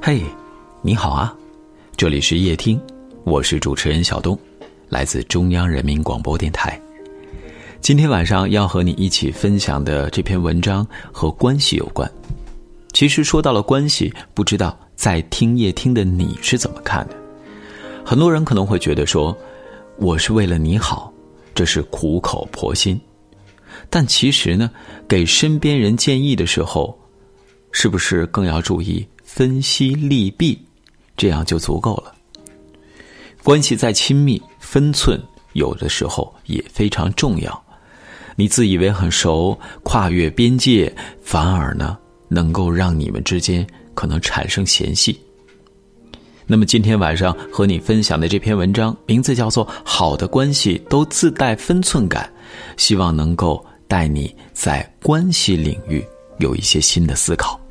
嘿，你好啊，这里是夜听，我是主持人小东，来自中央人民广播电台。今天晚上要和你一起分享的这篇文章和关系有关。其实说到了关系，不知道在听夜听的你是怎么看的？很多人可能会觉得说，我是为了你好，这是苦口婆心。但其实呢，给身边人建议的时候，是不是更要注意分析利弊，这样就足够了。关系再亲密，分寸有的时候也非常重要。你自以为很熟，跨越边界，反而呢能够让你们之间可能产生嫌隙。那么今天晚上和你分享的这篇文章，名字叫做《好的关系都自带分寸感》，希望能够带你在关系领域有一些新的思考。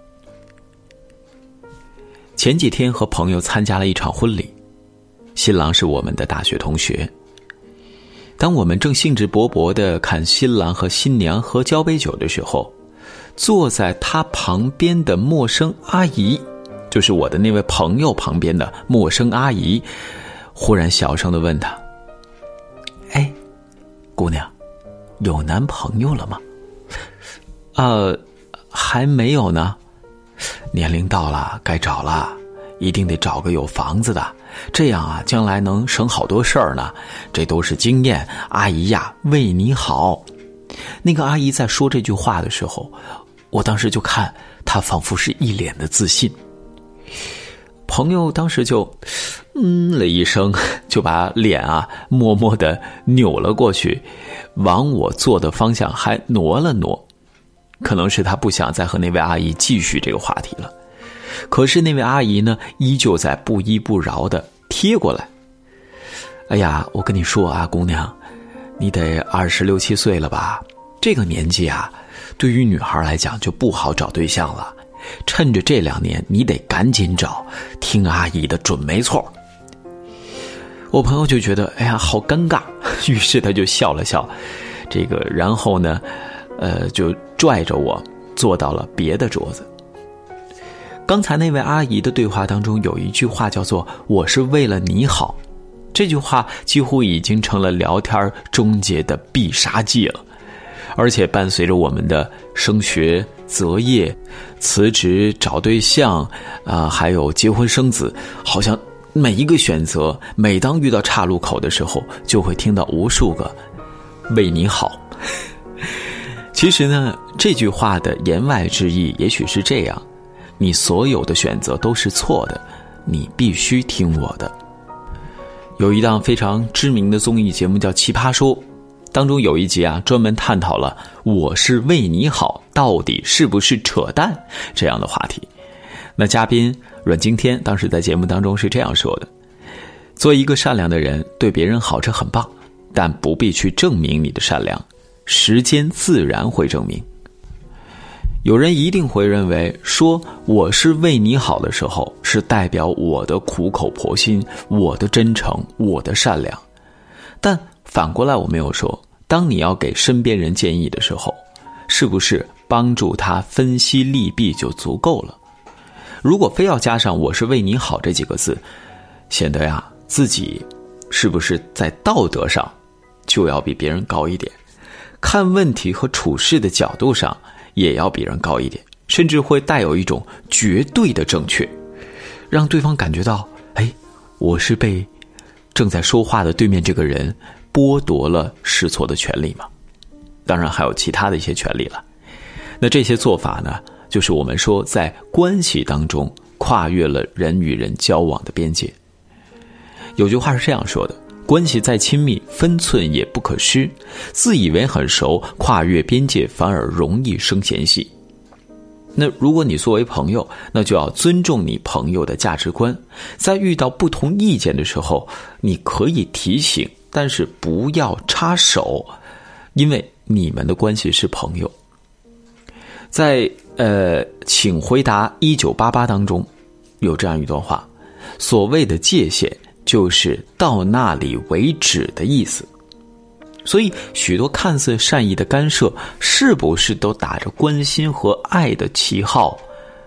前几天和朋友参加了一场婚礼，新郎是我们的大学同学。当我们正兴致勃勃地看新郎和新娘喝交杯酒的时候，坐在他旁边的陌生阿姨，就是我的那位朋友旁边的陌生阿姨，忽然小声地问他：哎，姑娘，有男朋友了吗？还没有呢。年龄到了，该找了，一定得找个有房子的，这样啊，将来能省好多事儿呢。这都是经验，阿姨呀，为你好。那个阿姨在说这句话的时候，我当时就看她仿佛是一脸的自信。朋友当时就了一声，就把脸啊默默地扭了过去，往我坐的方向还挪了挪。可能是他不想再和那位阿姨继续这个话题了。可是那位阿姨呢，依旧在不依不饶地贴过来。哎呀，我跟你说啊，姑娘，你得26、27岁了吧？这个年纪啊，对于女孩来讲就不好找对象了。趁着这2年，你得赶紧找，听阿姨的准没错。我朋友就觉得，哎呀，好尴尬，于是他就笑了笑，然后呢，就拽着我坐到了别的桌子。刚才那位阿姨的对话当中有一句话叫做“我是为了你好”，这句话几乎已经成了聊天终结的必杀技了。而且伴随着我们的升学、择业、辞职、找对象还有结婚生子，好像每一个选择，每当遇到岔路口的时候，就会听到无数个为你好。其实呢，这句话的言外之意也许是这样：你所有的选择都是错的，你必须听我的。有一档非常知名的综艺节目叫《奇葩说》，当中有一集啊，专门探讨了我是为你好到底是不是扯淡这样的话题。那嘉宾阮经天当时在节目当中是这样说的：做一个善良的人，对别人好这很棒，但不必去证明你的善良，时间自然会证明。有人一定会认为说我是为你好的时候，是代表我的苦口婆心，我的真诚，我的善良。但反过来我没有说，当你要给身边人建议的时候，是不是帮助他分析利弊就足够了？如果非要加上我是为你好这几个字，显得呀自己是不是在道德上就要比别人高一点，看问题和处事的角度上也要比人高一点，甚至会带有一种绝对的正确，让对方感觉到，我是被正在说话的对面这个人剥夺了试错的权利嘛？当然还有其他的一些权利了。那这些做法呢，就是我们说在关系当中跨越了人与人交往的边界。有句话是这样说的：关系再亲密，分寸也不可失。自以为很熟，跨越边界反而容易生嫌隙。那如果你作为朋友，那就要尊重你朋友的价值观，在遇到不同意见的时候，你可以提醒，但是不要插手，因为你们的关系是朋友。在请回答1988当中有这样一段话：所谓的界限就是到那里为止的意思。所以许多看似善意的干涉，是不是都打着关心和爱的旗号，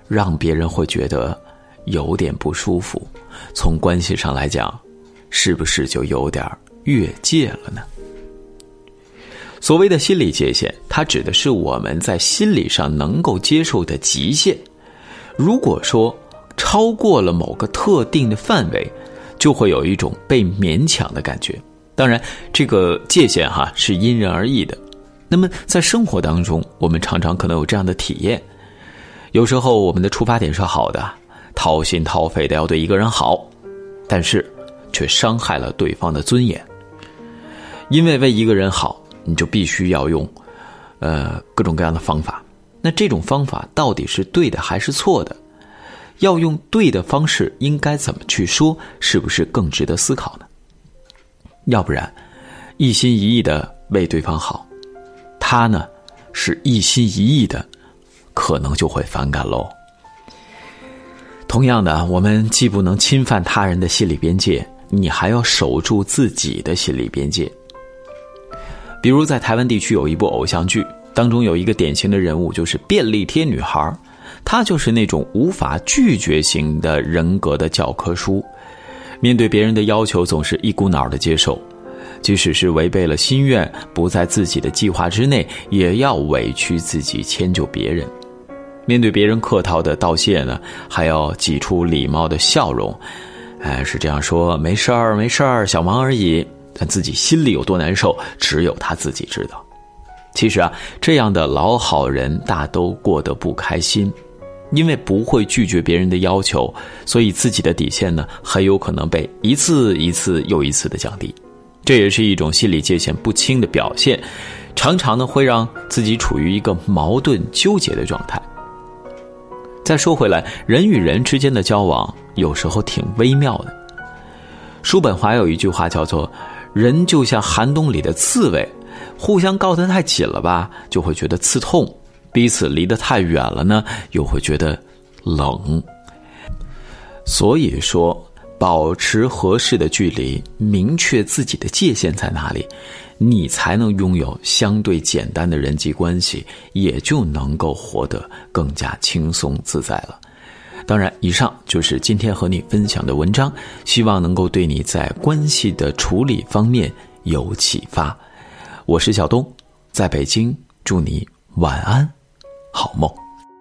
让别人会觉得有点不舒服，从关系上来讲，是不是就有点越界了呢？所谓的心理界限，它指的是我们在心理上能够接受的极限。如果说超过了某个特定的范围，就会有一种被勉强的感觉。当然，这个界限是因人而异的。那么在生活当中，我们常常可能有这样的体验，有时候我们的出发点是好的，掏心掏肺的要对一个人好，但是却伤害了对方的尊严。因为为一个人好，你就必须要用各种各样的方法。那这种方法到底是对的还是错的？要用对的方式应该怎么去说，是不是更值得思考呢？要不然一心一意的为对方好，他呢是一心一意的，可能就会反感咯。同样的，我们既不能侵犯他人的心理边界，你还要守住自己的心理边界。比如在台湾地区有一部偶像剧，当中有一个典型的人物，就是便利贴女孩，她就是那种无法拒绝型的人格的教科书，面对别人的要求总是一股脑的接受，即使是违背了心愿，不在自己的计划之内，也要委屈自己迁就别人。面对别人客套的道谢呢，还要挤出礼貌的笑容，是这样说，没事儿没事儿，小忙而已，但自己心里有多难受，只有他自己知道。其实这样的老好人大都过得不开心，因为不会拒绝别人的要求，所以自己的底线呢，很有可能被一次一次又一次的降低。这也是一种心理界限不清的表现，常常呢会让自己处于一个矛盾纠结的状态。再说回来，人与人之间的交往有时候挺微妙的。叔本华有一句话叫做，人就像寒冬里的刺猬，互相靠得太紧了吧，就会觉得刺痛，彼此离得太远了呢，又会觉得冷。所以说，保持合适的距离，明确自己的界限在哪里，你才能拥有相对简单的人际关系，也就能够活得更加轻松自在了。当然，以上就是今天和你分享的文章，希望能够对你在关系的处理方面有启发。我是小东，在北京，祝你晚安，好梦。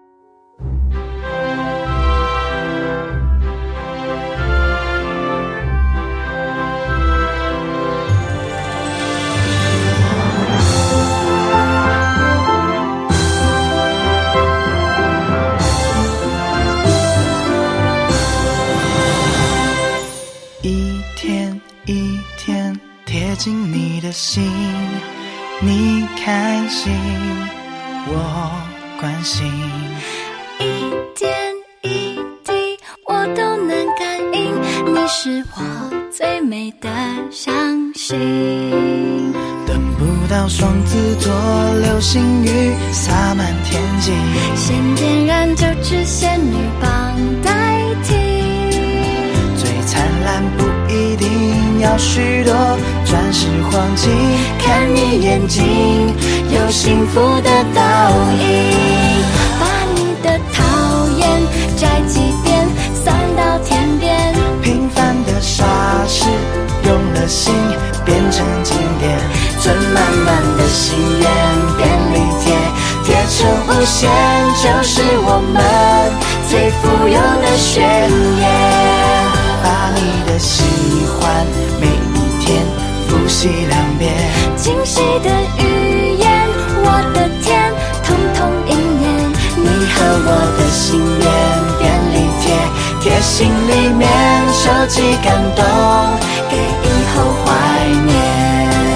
一天一天贴近你的心，你开心我关心， 一点一滴我都能感应，你是我最美的相信。 等不到双子座流星雨洒满天际， 先点燃就只仙女棒代替， 最灿烂不一定要许多钻石黄金，看你眼睛有幸福的倒影， 把你的讨厌摘几遍散到天边， 平凡的傻事用了心变成经典，存满满的心愿便利贴贴成无限，就是我们最富有的宣言，把你的喜欢每一天复习2遍， 惊喜的语言我的天统统应验， 你和我的心愿便利贴贴心里面，收集感动给以后怀念。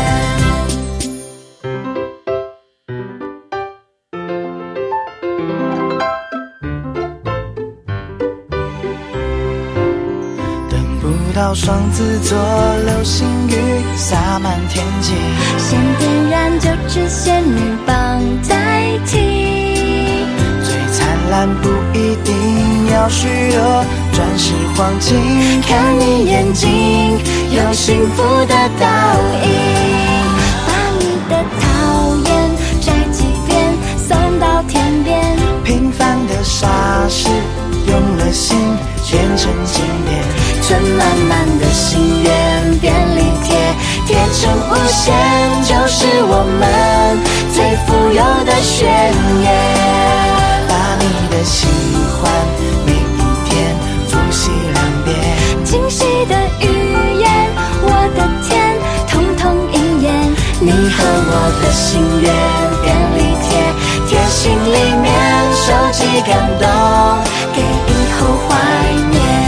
到双子座流星雨洒满天际， 先点燃就只仙女棒代替， 最灿烂不一定要许多钻石黄金，看你眼睛有幸福的倒影， 把你的讨厌摘几遍送到天边， 平凡的傻事成经典，存满满的心愿便利贴，贴成无限，就是我们最富有的宣言。把你的喜欢每一天复习2遍， 惊喜的语言，我的天，统统应验。 你和我的心愿便利贴，贴心里面收集感动，给以后怀念。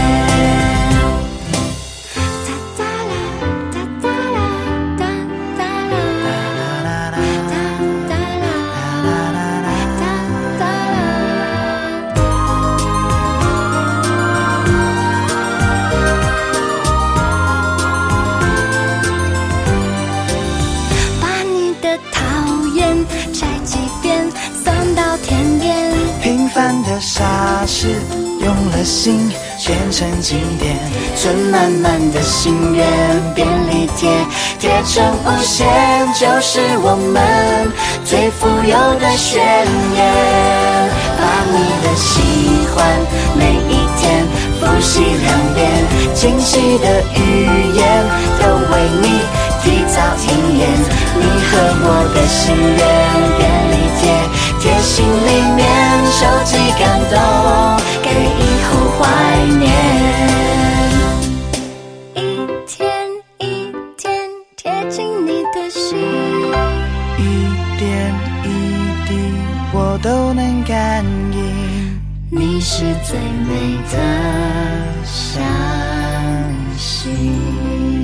平凡的傻事用了心变成经典，存满满的心愿便利贴，贴成无限，就是我们最富有的宣言。把你的喜欢每一天复习2遍，惊喜的语言都为你提早应验。你和我的心愿便利贴，贴心里面收集感动，给以后怀念。 一天一天贴近你的心， 一点一滴我都能感应， 你是最美的相信。